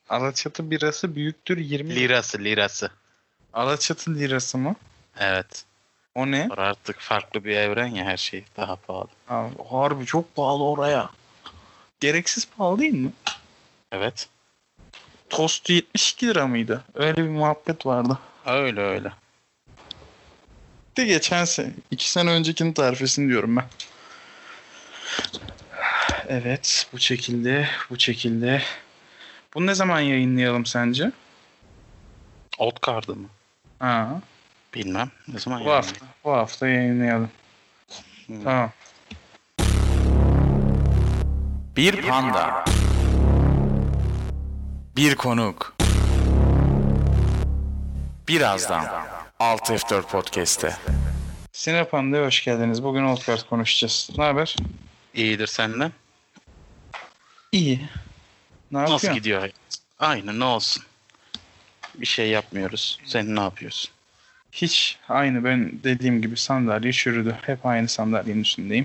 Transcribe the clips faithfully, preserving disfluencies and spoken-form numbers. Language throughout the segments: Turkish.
Alaçatı birası büyüktür yirmi. Lirası lirası. Alaçatı lirası mı? Evet. O ne? Or artık farklı bir evren ya, her şey daha pahalı. Abi, harbi çok pahalı oraya. Gereksiz pahalı değil mi? Evet. Tostu yetmiş iki lira mıydı? Öyle bir muhabbet vardı. Öyle öyle. De geçen sene, iki sene öncekinin tarifesini diyorum ben. Evet, bu şekilde, bu şekilde. Bunu ne zaman yayınlayalım sence? Old Card'ı mı? Ha, Bilmem. Ne zaman bu hafta, bu hafta yayınlayalım. Hmm. Tamam. Bir panda. Bir konuk. Birazdan Alt F dört Podcast'te. Sinepanda'ya hoş geldiniz. Bugün Old Guard konuşacağız. Ne haber? İyidir senden. İyi. Ne Nasıl yapıyorsun? gidiyor? Aynı, ne olsun. Bir şey yapmıyoruz. Sen ne yapıyorsun? Hiç aynı, ben dediğim gibi sandalye çürüdü. Hep aynı sandalyenin üstündeyim.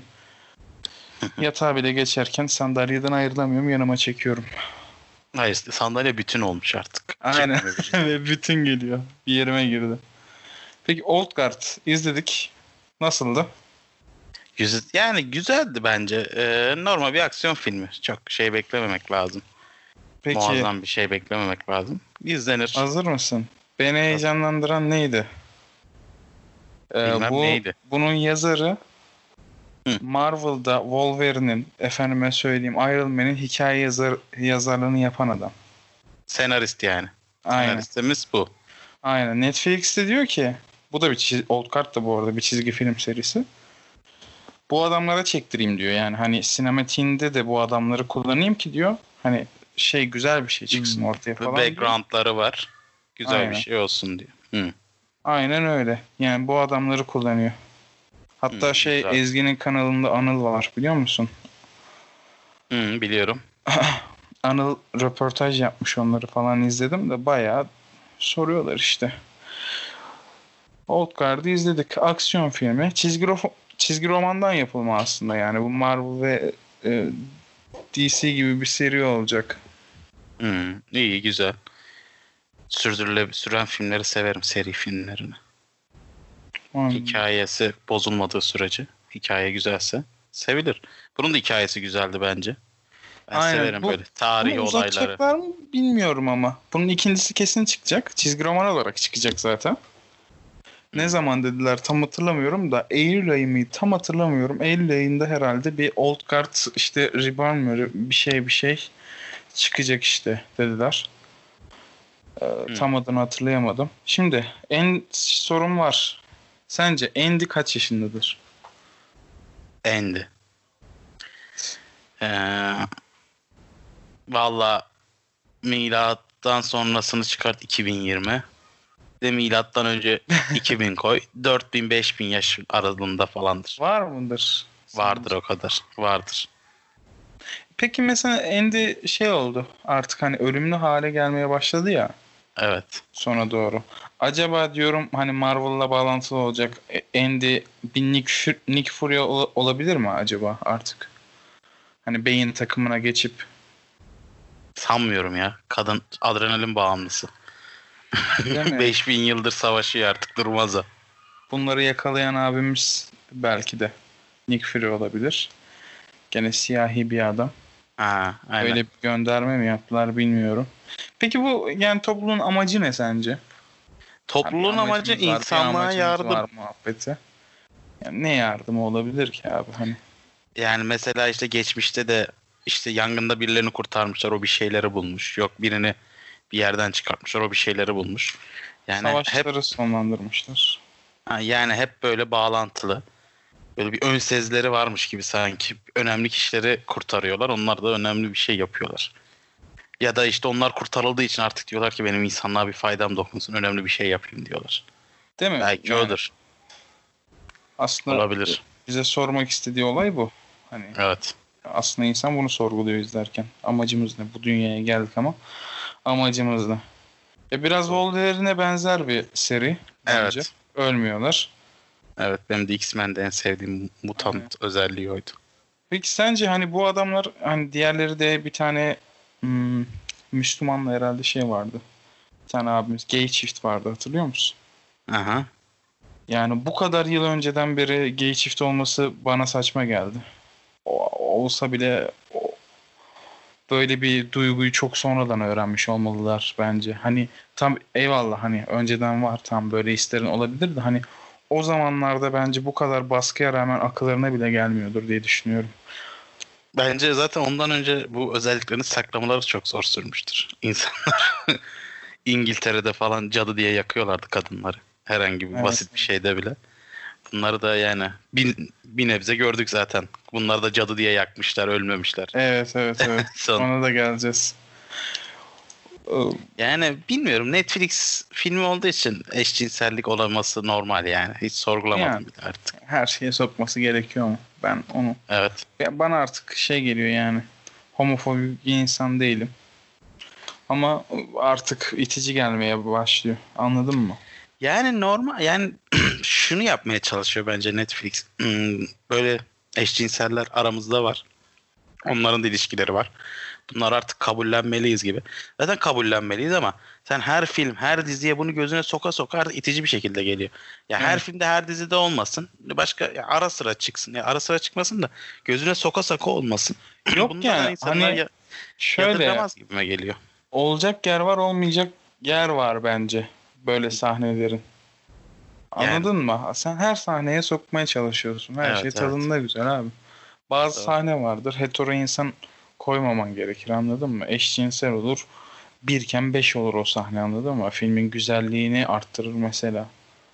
Yatağa bile geçerken sandalyeden ayrılamıyorum, yanıma çekiyorum. Hayır, sandalye bütün olmuş artık. Aynen. Çıkmıyor bir şey. Ve bütün geliyor. Bir yerime girdi. Peki Old Guard izledik. Nasıldı? Güzel, yani güzeldi bence. Ee, normal bir aksiyon filmi. Çok şey beklememek lazım. Peki Muazzam bir şey beklememek lazım. İzlenir. hazır mısın? Beni heyecanlandıran neydi? Ee, Bilmem bu neydi. bunun yazarı Hı. Marvel'da Wolverine'in, efendime söyleyeyim, Iron Man'in hikaye yazar, yazarlığını yapan adam. Senarist yani. Aynen. Senaristimiz bu. Aynen. Netflix'te diyor ki, bu da bir çiz- Old Guard da bu arada bir çizgi film serisi. Bu adamlara çektireyim diyor. Yani hani sinematiğinde de bu adamları kullanayım ki diyor. Hani şey, güzel bir şey çıksın ortaya falan diyor. Background'ları var. Güzel Aynen. bir şey olsun diyor. Hı. Aynen öyle. Yani bu adamları kullanıyor. Hatta Hı, şey, güzel. Ezgi'nin kanalında Anıl var, biliyor musun? Hı, biliyorum. Anıl röportaj yapmış, onları falan izledim de bayağı soruyorlar işte. Old Guard'ı izledik. Aksiyon filmi. Çizgi, ro- çizgi romandan yapılma aslında yani. Bu Marvel ve e, D C gibi bir seri olacak. Hı, iyi, güzel. Sürdürüle süren filmleri severim, seri filmlerini. Hmm. Hikayesi bozulmadığı sürece, hikaye güzelse sevilir. Bunun da hikayesi güzeldi bence. Ben Aynen. severim Bu, böyle tarihi bunu olayları. uzatacaklar mı bilmiyorum ama. Bunun ikincisi kesin çıkacak. Çizgi roman olarak çıkacak zaten. Ne zaman dediler tam hatırlamıyorum da, Eylül ayı mıydı tam hatırlamıyorum. Eylül ayında herhalde bir Old Guard işte Reborn mu bir şey bir şey çıkacak işte dediler. Ee, Hı. tam adını hatırlayamadım. Şimdi en sorun var. Sence Andy kaç yaşındadır? Andy. Ee, Valla milattan sonrasını çıkart iki bin yirmi. De milattan önce iki bin koy. dört bin beş bin yaş aralığında falandır. Var mıdır? Vardır sence? o kadar. Vardır. Peki mesela Andy şey oldu. Artık hani ölümlü hale gelmeye başladı ya. Evet. Sona doğru. Acaba diyorum hani Marvel'la bağlantılı olacak. E, Andy bir Nick, Fu- Nick Fury ol- olabilir mi acaba artık? Hani beyin takımına geçip. Sanmıyorum ya. Kadın adrenalin bağımlısı. Değil mi? beş bin yıldır savaşıyor, artık durmaz o. Bunları yakalayan abimiz belki de Nick Fury olabilir. Gene siyahi bir adam. Ha, aynen. Öyle bir gönderme mi yaptılar bilmiyorum. Peki bu yani topluluğun amacı ne sence? Topluluğun Hani bir amacı amacımız var, bir insanlığa amacımız yardım. var muhabbeti. Yani ne yardımı olabilir ki abi hani? Yani mesela işte geçmişte de işte yangında birilerini kurtarmışlar, o bir şeyleri bulmuş. Yok, birini bir yerden çıkartmışlar, o bir şeyleri bulmuş. Yani hep Savaşları sonlandırmışlar. ha, yani hep böyle bağlantılı. Böyle bir ön sezileri varmış gibi sanki. Önemli kişileri kurtarıyorlar. Onlar da önemli bir şey yapıyorlar. Ya da işte onlar kurtarıldığı için artık diyorlar ki benim insanlığa bir faydam dokunsun, önemli bir şey yapayım diyorlar. Değil mi? Belki Yani odur. aslında Olabilir. bize sormak istediği olay bu. Hani Evet. aslında insan bunu sorguluyor izlerken. Amacımız ne? Bu dünyaya geldik ama amacımız ne? E biraz Wolverine'e benzer bir seri bence. Evet. Ölmüyorlar. Evet, benim de X-Men'de en sevdiğim mutant Evet. özelliği oydu. Peki sence hani bu adamlar, hani diğerleri de bir tane hmm, Müslümanla herhalde şey vardı. Bir tane abimiz gay çift vardı, hatırlıyor musun? Aha. Yani bu kadar yıl önceden beri gay çift olması bana saçma geldi. O, olsa bile o, böyle bir duyguyu çok sonradan öğrenmiş olmalılar bence. Hani tam eyvallah, hani önceden var, tam böyle hislerin olabilir de hani o zamanlarda bence bu kadar baskıya rağmen akıllarına bile gelmiyordur diye düşünüyorum. Bence zaten ondan önce bu özelliklerini saklamaları çok zor sürmüştür. İnsanlar İngiltere'de falan cadı diye yakıyorlardı kadınları. Herhangi bir Evet. basit bir şeyde bile. Bunları da yani bir, bir nebze gördük zaten. Bunları da cadı diye yakmışlar, ölmemişler. Evet evet evet. Son. Ona da geleceğiz. Ee, Yani bilmiyorum, Netflix filmi olduğu için eşcinsellik olaması normal yani. Hiç sorgulamadım Yani. bile artık. Her şeye sokması gerekiyor mu? Ben onu... Evet. Ya bana artık şey geliyor yani. Homofobik bir insan değilim. Ama artık itici gelmeye başlıyor. Anladın mı? Yani normal, yani şunu yapmaya çalışıyor bence Netflix. Hmm, Böyle eşcinseller aramızda var. Onların da ilişkileri var. Bunlar artık kabullenmeliyiz gibi. Zaten kabullenmeliyiz ama sen her film, her diziye bunu gözüne soka soka artık itici bir şekilde geliyor. Ya her Evet. filmde, her dizide olmasın. Başka ya ara sıra çıksın. Ya ara sıra çıkmasın da gözüne soka soka olmasın. Yok Bunu da yani insanlar hani ya, şöyle yadırgamaz gibime geliyor. olacak yer var, olmayacak yer var bence böyle sahnelerin. Yani Anladın mı? Sen her sahneye sokmaya çalışıyorsun. Her şey evet, evet. tadında güzel abi. Bazı Doğru. sahne vardır. Hetero insan koymaman gerekir, anladın mı? Eşcinsel olur. Birken beş olur o sahne, anladın mı? Filmin güzelliğini arttırır mesela.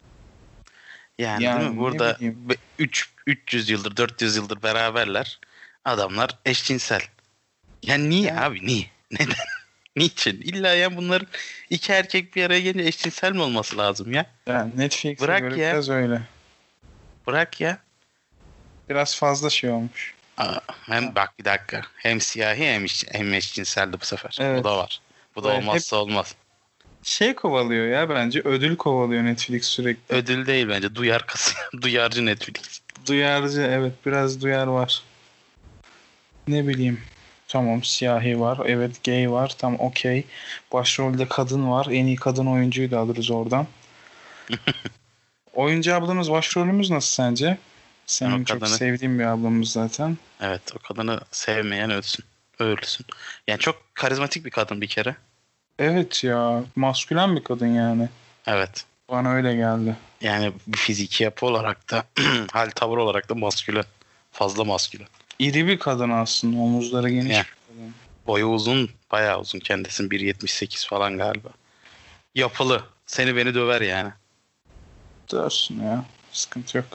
Yani değil mi? Yani ne Burada bileyim. üç üç yüz yıldır, dört yüz yıldır beraberler. Adamlar eşcinsel. Yani niye Yani, abi? Niye? Neden? Niçin? İlla ya bunların iki erkek bir araya gelince eşcinsel mi olması lazım ya? yani Netflix'e Bırak göre ya. biraz öyle. Bırak ya. Biraz fazla şey olmuş. Aa, hem bak bir dakika. Hem siyahi hem, eş, hem eşcinseldi bu sefer. Bu Evet. da var. Bu da Böyle hep olmazsa olmaz. şey kovalıyor ya, bence ödül kovalıyor Netflix sürekli. Ödül değil bence. Duyar kasıyor. Duyarcı Netflix. Duyarcı, evet, biraz duyar var. Ne bileyim. Tamam, siyahi var. Evet, gay var. Tam okey. Başrolde kadın var. En iyi kadın oyuncuyu da alırız oradan. Oyuncu ablamız, başrolümüz nasıl sence? Ben o Senin çok kadını, sevdiğin bir ablamız zaten. evet, o kadını sevmeyen ölsün. Ölsün. Yani çok karizmatik bir kadın bir kere. Evet ya. Maskülen bir kadın yani. Evet. Bana öyle geldi. Yani bir fiziki yapı olarak da hal tavır olarak da maskülen. Fazla maskülen. İri bir kadın aslında. Omuzları geniş Yani bir kadın. boyu uzun. Bayağı uzun. Kendisinin bir yetmiş sekiz falan galiba. Yapılı. Seni beni döver yani. Dörsün ya. Sıkıntı yok.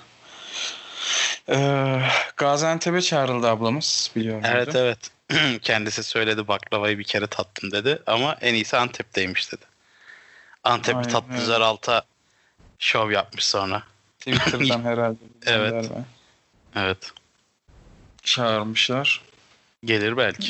Ee, Gaziantep'e çağrıldı ablamız. Biliyor Evet, muydun? evet. Kendisi söyledi, baklavayı bir kere tattım dedi. Ama en iyisi Antep'teymiş dedi. Antepli Aynen tatlıcılar öyle. alta şov yapmış sonra. Twitter'dan herhalde Evet. gönderme. Evet. Çağırmışlar. Gelir belki.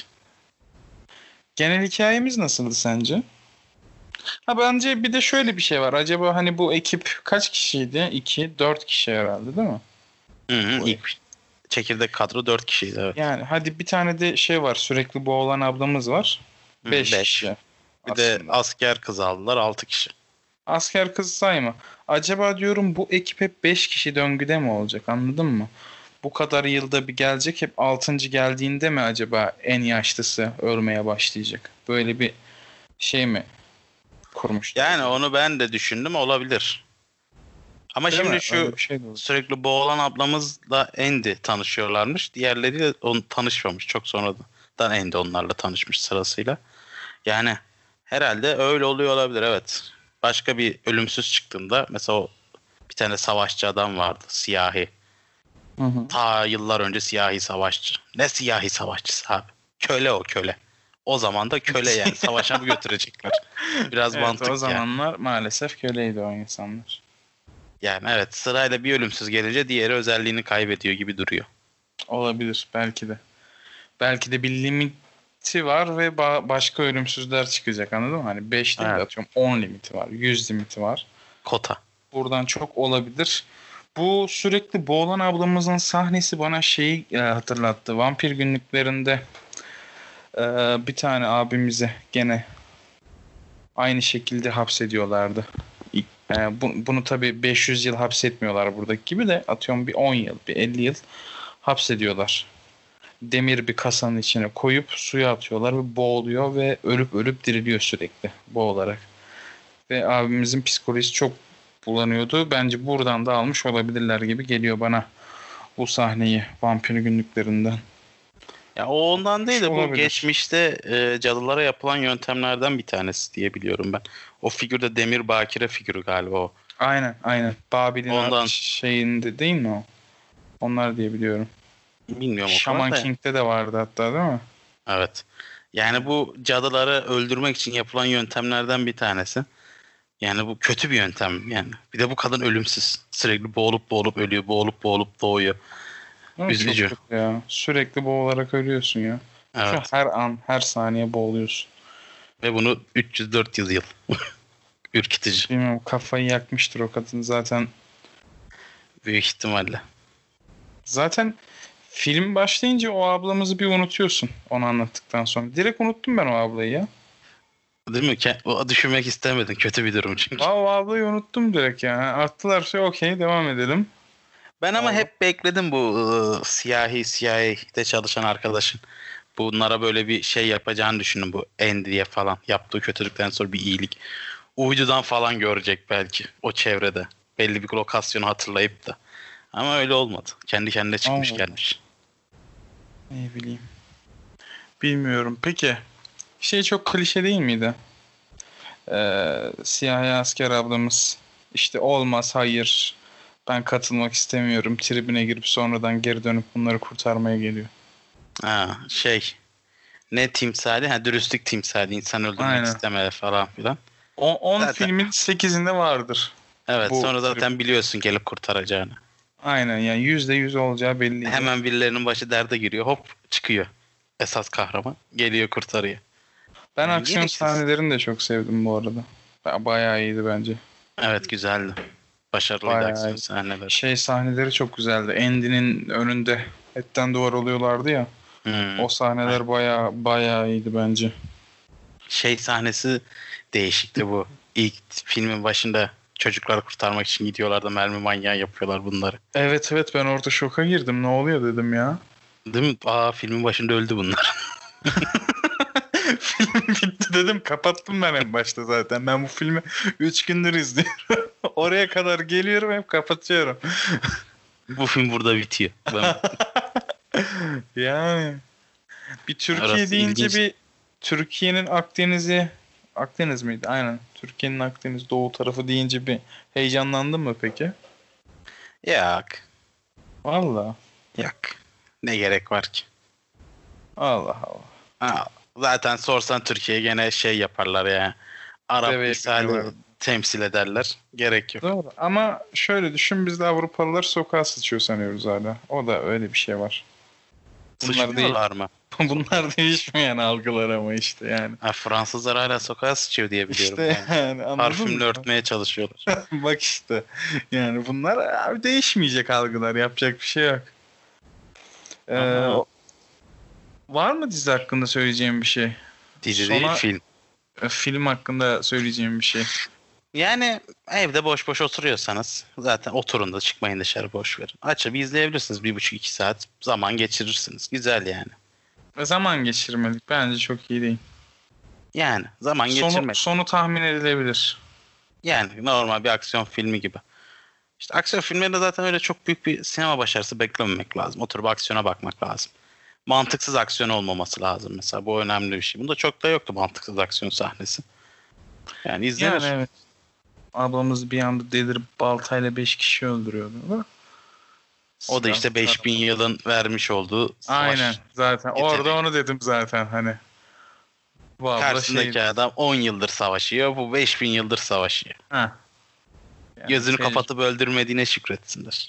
Genel hikayemiz nasıldı sence? Ha, bence bir de şöyle bir şey var. Acaba hani bu ekip kaç kişiydi? iki, dört kişi herhalde, değil mi? Hı hı, Bu ilk çekirdek kadro dört kişiydi, evet. Yani hadi bir tane de şey var. Sürekli boğulan ablamız var. Hı, Beş beş. kişi Bir de aslında. asker kız aldılar, altı kişi. Asker kız sayma. Acaba diyorum, bu ekip hep beş kişi döngüde mi olacak, anladın mı? Bu kadar yılda bir gelecek, hep altıncı geldiğinde mi acaba en yaşlısı ölmeye başlayacak? Böyle bir şey mi kurmuşlar Yani acaba? onu ben de düşündüm, olabilir. Ama Değil mi? şimdi şu Öyle bir şey de olur. sürekli boğulan ablamızla Andy tanışıyorlarmış. Diğerleriyle on, tanışmamış. Çok sonradan Andy onlarla tanışmış sırasıyla. Yani herhalde öyle oluyor olabilir, evet. Başka bir ölümsüz çıktığında mesela o bir tane savaşçı adam vardı, siyahi. Hı hı. Ta yıllar önce siyahi savaşçı. Ne siyahi savaşçısı abi? Köle o, köle. O zaman da köle yani. Savaşa mı götürecekler? Biraz Evet, o mantık ya. zamanlar maalesef köleydi o insanlar. Yani evet, sırayla bir ölümsüz gelince diğeri özelliğini kaybediyor gibi duruyor. Olabilir belki de. Belki de bir limiti var ve ba- başka ölümsüzler çıkacak, anladın mı? Hani beş değil de Evet. atıyorum on limiti var, yüz limiti var. Kota. Buradan çok olabilir. Bu sürekli boğulan ablamızın sahnesi bana şeyi e, hatırlattı. Vampir Günlüklerinde Ee, bir tane abimizi gene aynı şekilde hapsediyorlardı. Ee, bu, bunu tabii beş yüz yıl hapsetmiyorlar buradaki gibi de, atıyorum bir on yıl, bir elli yıl hapsediyorlar. Demir bir kasanın içine koyup suya atıyorlar ve boğuluyor ve ölüp ölüp diriliyor sürekli boğularak. Ve abimizin psikolojisi çok bulanıyordu. Bence buradan da almış olabilirler gibi geliyor bana bu sahneyi Vampir Günlüklerinden. Ya o ondan değil de bu Olabilir. geçmişte e, cadılara yapılan yöntemlerden bir tanesi diye biliyorum ben. O figür de Demir Bakire figürü galiba o. Aynen aynen. Babil'in Ondan. şeyinde değil mi o? Onlar diye biliyorum. Bilmiyorum o Shaman kadar da. King'de de vardı hatta, değil mi? Evet. Yani bu cadıları öldürmek için yapılan yöntemlerden bir tanesi. Yani bu kötü bir yöntem yani. Bir de bu kadın ölümsüz. Sürekli boğulup boğulup ölüyor, boğulup boğulup doğuyor. Değil mi? Üzücü. Çok kötü ya. Sürekli boğularak ölüyorsun ya. Şu Evet. her an, her saniye boğuluyorsun. Ve bunu üç yüz dört yüz yıl. Ürkütücü. Bilmiyorum, kafayı yakmıştır o kadın zaten. Büyük ihtimalle. Zaten film başlayınca o ablamızı bir unutuyorsun onu anlattıktan sonra. Direkt unuttum ben o ablayı ya. Değil mi? Ke- o düşünmek istemedin. Kötü bir durum çünkü. Aa, o ablayı unuttum direkt yani. Attılar şey, okey, devam edelim. Ben ama Allah. hep bekledim bu ıı, siyahi C I A'de çalışan arkadaşın. Bunlara böyle bir şey yapacağını düşündüm, bu Andy'ye falan. Yaptığı kötülükten sonra bir iyilik. Uydudan falan görecek belki o çevrede. Belli bir lokasyonu hatırlayıp da. Ama öyle olmadı. Kendi kendine çıkmış Allah. gelmiş. Ne bileyim. Bilmiyorum. Peki. Şey çok klişe değil miydi? Ee, siyahi asker ablamız işte olmaz, hayır, ben katılmak istemiyorum, tribüne girip sonradan geri dönüp bunları kurtarmaya geliyor. Ha, şey ne timsali? Ha, dürüstlük timsali. İnsan öldürmek Aynen. istemeli falan filan. on Zaten. filmin sekizinde vardır. Evet, Bu sonra zaten tribün. biliyorsun gelip kurtaracağını. Aynen, yani yüzde yüz olacağı belliydi. Hemen birilerinin başı derde giriyor. Hop çıkıyor. Esas kahraman. Geliyor kurtarıyor. Ben Yani aksiyon gereksiz. sahnelerini de çok sevdim bu arada. Ba- Bayağı iyiydi bence. Evet, güzeldi. Başarılıydı Bayağı aksiyon iyi. sahneleri. Şey sahneleri çok güzeldi. Andy'nin önünde etten duvar oluyorlardı ya. Hmm. O sahneler bayağı bayağı iyiydi bence. Şey sahnesi değişikti bu. İlk filmin başında çocukları kurtarmak için gidiyorlar da mermi manyağı yapıyorlar bunları. Evet evet, ben orada şoka girdim. Ne oluyor dedim ya. Değil mi? Aa, filmin başında öldü bunlar. Film bitti dedim. Kapattım ben en başta zaten. Ben bu filmi üç gündür izliyorum. Oraya kadar geliyorum, hep kapatıyorum. Bu film burada bitiyor. Ben... Yani bir Türkiye Arası deyince ilginç. bir Türkiye'nin Akdeniz'i, Akdeniz miydi? Aynen. Türkiye'nin Akdeniz doğu tarafı deyince bir heyecanlandın mı peki? Yok. Vallahi. Yok. Ne gerek var ki? Allah Allah. Ha, zaten sorsan Türkiye gene şey yaparlar ya. Arap Deve misali yapıyorlar. temsil ederler. Gerek yok. Doğru. Ama şöyle düşün, biz de Avrupalılar sokağa sıçıyor sanıyoruz hala. O da öyle bir şey var. Bunlar değil. Sıçmıyorlar mı? Bunlar değişmeyen algılar ama işte yani. Ha, Fransızlar hala sokağa sıçıyor diye biliyorum. İşte yani. yani anladın Parfümle mı? örtmeye çalışıyorlar. Bak işte. Yani bunlar abi değişmeyecek algılar. Yapacak bir şey yok. Ee, Ama- var mı dizi hakkında söyleyeceğim bir şey? Dizi Sona- değil, film. E, Film hakkında söyleyeceğim bir şey. Yani evde boş boş oturuyorsanız zaten oturun da çıkmayın dışarı, boş verin. Açıp izleyebilirsiniz, bir buçuk iki saat zaman geçirirsiniz. Güzel yani. Ve zaman geçirmelik. Bence çok iyi değil. Yani zaman Sonu, geçirmek. sonu tahmin edilebilir. Yani normal bir aksiyon filmi gibi. İşte aksiyon filmlerinde zaten öyle çok büyük bir sinema başarısı beklememek lazım. Oturup aksiyona bakmak lazım. Mantıksız aksiyon olmaması lazım mesela. Bu önemli bir şey. Bunda çok da yoktu mantıksız aksiyon sahnesi. Yani izlenir. Yani evet. Ablamız bir anda delirip baltayla beş kişi öldürüyordu. Ama O da işte beş bin yılın vermiş olduğu savaş. aynen zaten. yeteneği. Orada onu dedim zaten hani. Bu abla Karşısındaki şey... adam on yıldır savaşıyor. Bu beş bin yıldır savaşıyor. Ha. Yani Gözünü şey- kapatıp öldürmediğine şükretsinler.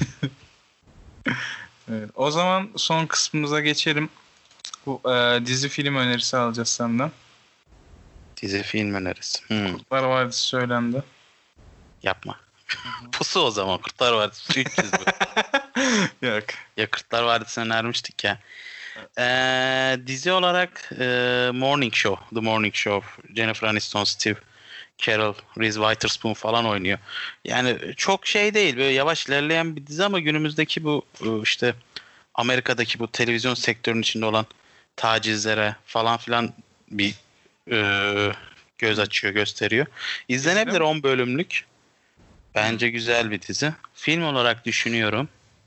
Evet. O zaman son kısmımıza geçelim. Bu e, dizi film önerisi alacağız senden. Dizi film önerisi. Hmm, Kurtlar Vadisi söylendi. yapma. Pusu o zaman. Kurtlar Vadisi üç yüz bu. Yok. Ya Kurtlar Vadisi'ni önermiştik ya. Ee, dizi olarak e, Morning Show, The Morning Show, Jennifer Aniston, Steve Carell, Reese Witherspoon falan oynuyor. Yani çok şey değil, böyle yavaş ilerleyen bir dizi ama günümüzdeki bu e, işte Amerika'daki bu televizyon sektörünün içinde olan tacizlere falan filan bir e, göz açıyor, gösteriyor. İzlenebilir, on bölümlük. Bence güzel bir dizi. Film olarak düşünüyorum.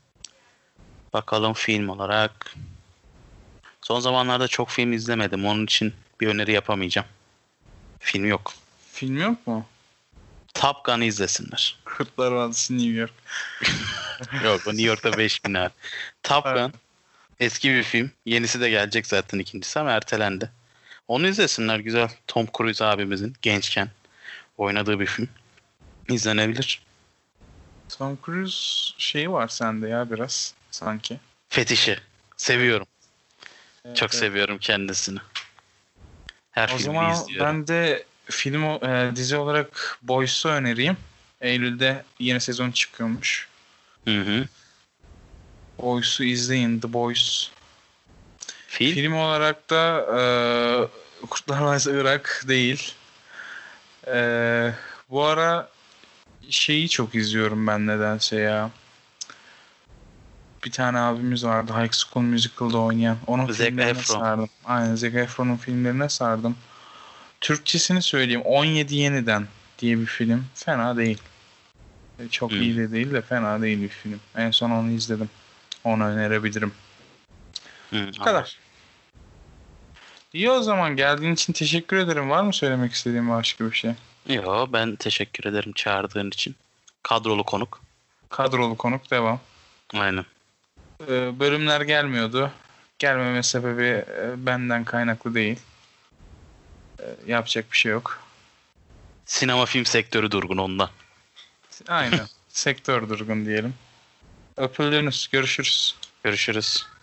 Bakalım film olarak. Son zamanlarda çok film izlemedim. Onun için bir öneri yapamayacağım. Film yok. Film yok mu? Top Gun'ı izlesinler. Kurtlar Vadisi New York. Yok, o New York'ta beş bin var. Top Gun Evet. eski bir film. Yenisi de gelecek zaten, ikincisi, ama ertelendi. Onu izlesinler, güzel. Tom Cruise abimizin gençken oynadığı bir film. İzlenebilir. Tom Cruise şeyi var sende ya biraz sanki. Fetişi. Seviyorum. Evet, Çok evet. seviyorum kendisini. Her O filmi zaman izliyorum. ben de film o- e, dizi olarak Boys'u önereyim. Eylül'de yeni sezon çıkıyormuş. Hı hı. Boys'u izleyin, The Boys. Film? Film olarak da e, Kurtlar Vadisi Irak değil. E, bu ara şeyi çok izliyorum ben nedense ya. Bir tane abimiz vardı High School Musical'da oynayan. Onun Zac filmlerine Efron. sardım. Aynen, Zac Efron'un filmlerine sardım. Türkçesini söyleyeyim. on yedi Yeniden diye bir film. Fena değil. Çok Hmm. iyi de değil de fena değil bir film. En son onu izledim. Onu önerebilirim. Hı, Bu kadar. İyi, o zaman geldiğin için teşekkür ederim. Var mı söylemek istediğin başka bir şey? Yo, ben teşekkür ederim çağırdığın için. Kadrolu konuk. Kadrolu konuk devam. Aynen. Ee, bölümler gelmiyordu. Gelmeme sebebi e, benden kaynaklı değil. Ee, yapacak bir şey yok. Sinema film sektörü durgun ondan. Aynen. Sektör durgun diyelim. Öpüldünüz. Görüşürüz. Görüşürüz.